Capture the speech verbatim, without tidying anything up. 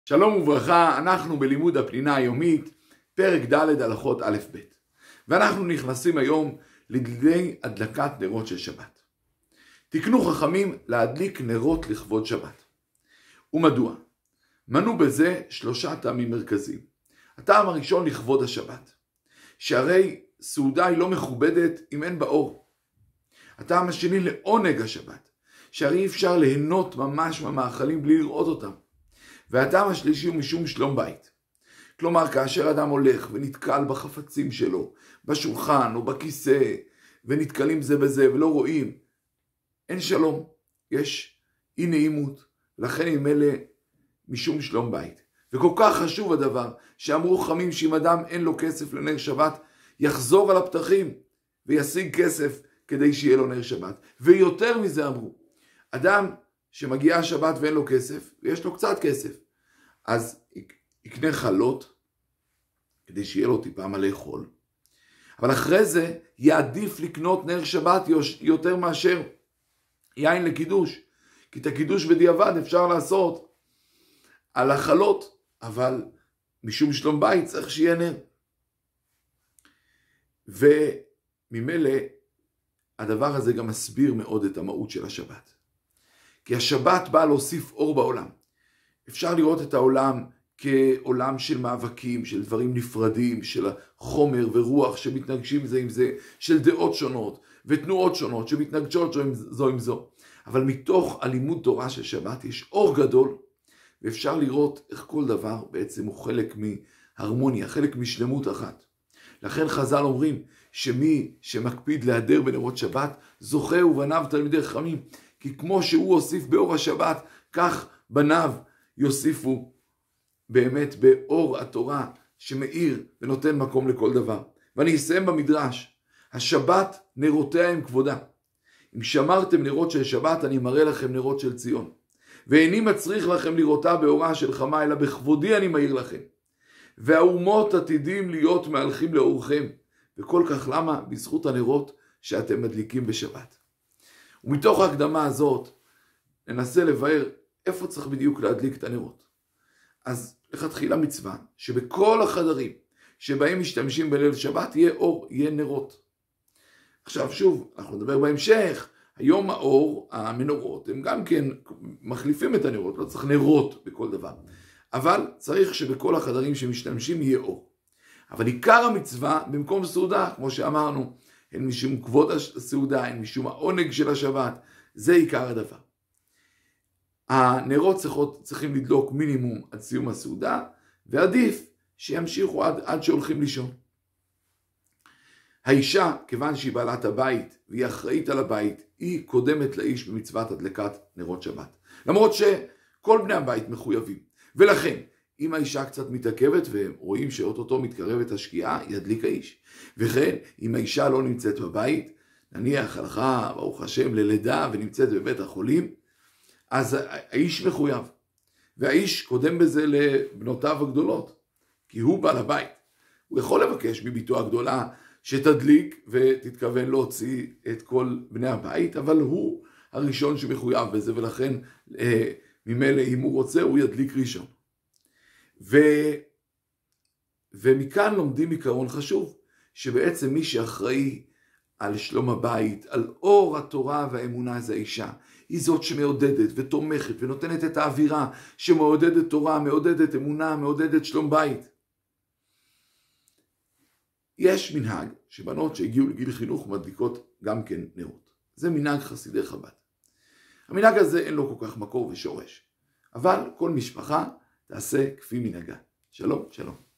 שלום וברכה, אנחנו בלימוד הפנינה היומית, פרק ד' הלכות א' ב', ואנחנו נכנסים היום לדיני הדלקת נרות של שבת. תקנו חכמים להדליק נרות לכבוד שבת. ומדוע? מנו בזה שלושה טעמים מרכזיים. הטעם הראשון לכבוד השבת, שהרי סעודה היא לא מכובדת אם אין בה אור. הטעם השני לעונג השבת, שהרי אי אפשר ליהנות ממש מהמאכלים בלי לראות אותם. והטעם השלישי הוא משום שלום בית. כלומר, כאשר אדם הולך ונתקל בחפצים שלו, בשולחן או בכיסא, ונתקלים זה בזה ולא רואים, אין שלום, יש אי נעימות, לכן עם אלה משום שלום בית. וכל כך חשוב הדבר, שאמרו חכמים שאם אדם אין לו כסף לנר שבת, יחזור על הפתחים וישיג כסף כדי שיהיה לו נר שבת. ויותר מזה אמרו, אדם שמגיעה השבת ואין לו כסף, ויש לו קצת כסף, אז יקנה חלות, כדי שיהיה לו טיפה מה לאכול. אבל אחרי זה יעדיף לקנות נר שבת יותר מאשר יין לקידוש. כי את הקידוש בדיעבד אפשר לעשות על החלות, אבל משום שלום בית צריך שיהיה נר. וממילא הדבר הזה גם מסביר מאוד את המהות של השבת. כי השבת באה להוסיף אור בעולם. אפשר לראות את העולם כעולם של מאבקים, של דברים נפרדים, של חומר ורוח שמתנגשים זה עם זה, של דעות שונות ותנועות שונות שמתנגשות זו עם זו. אבל מתוך הלימוד תורה של שבת יש אור גדול, ואפשר לראות איך כל דבר בעצם הוא חלק מהרמוניה, חלק משלמות אחת. לכן חז"ל אומרים שמי שמקפיד להדר בנרות שבת, זוכה ובניו תלמידי חכמים. כי כמו שהוא הוסיף באור השבת, כך בניו יוסיפו באמת באור התורה שמאיר ונותן מקום לכל דבר. ואני אסיים במדרש, השבת נרותיה עם כבודה. אם שמרתם נרות של שבת, אני מראה לכם נרות של ציון. ואיני מצריך לכם לראותה באורה של חמה, אלא בכבודי אני מאיר לכם. והאומות עתידים להיות מהלכים לאורכם. וכל כך למה? בזכות הנרות שאתם מדליקים בשבת. ומתוך ההקדמה הזאת ננסה לבאר איפה צריך בדיוק להדליק את הנרות. אז לכתחילה מצווה שבכל החדרים שבהם משתמשים בליל שבת יהיה אור, יהיה נרות. עכשיו שוב, אנחנו נדבר בהמשך, היום האור, המנורות, הם גם כן מחליפים את הנרות, לא צריך נרות בכל דבר. אבל צריך שבכל החדרים שמשתמשים יהיה אור. אבל עיקר המצווה במקום סעודה, כמו שאמרנו, הן משום כבוד הסעודה, הן משום העונג של השבת, זה עיקר הדבר. הנרות צריכות, צריכים לדלוק מינימום עד סיום הסעודה, ועדיף שימשיכו עד, עד שהולכים לישון. האישה, כיוון שהיא בעלת הבית והיא אחראית על הבית, היא קודמת לאיש במצוות הדלקת נרות שבת. למרות שכל בני הבית מחויבים. ולכן, אם האישה קצת מתעכבת והם רואים שאוטוטו מתקרבת השקיעה, ידליק האיש. וכן, אם האישה לא נמצאת בבית, נניח הלכה, ברוך השם, ללידה ונמצאת בבית החולים, אז האיש מחויב. והאיש קודם בזה לבנותיו הגדולות, כי הוא בעל הבית. הוא יכול לבקש מביתו הגדולה שתדליק ותתכוון להוציא את כל בני הבית, אבל הוא הראשון שמחויב בזה, ולכן ממילא אם הוא רוצה הוא ידליק ראשון. ו... ומכאן לומדים עיקרון חשוב, שבעצם מי שאחראי על שלום הבית, על אור התורה והאמונה זה האישה. היא זאת שמעודדת ותומכת ונותנת את האווירה שמעודדת תורה, מעודדת אמונה, מעודדת שלום בית. יש מנהג שבנות שהגיעו לגיל חינוך מדליקות גם כן נרות. זה מנהג חסידי חב"ד. המנהג הזה אין לו כל כך מקור ושורש, אבל כל משפחה תעשה כפי מנהגה. שלום, שלום.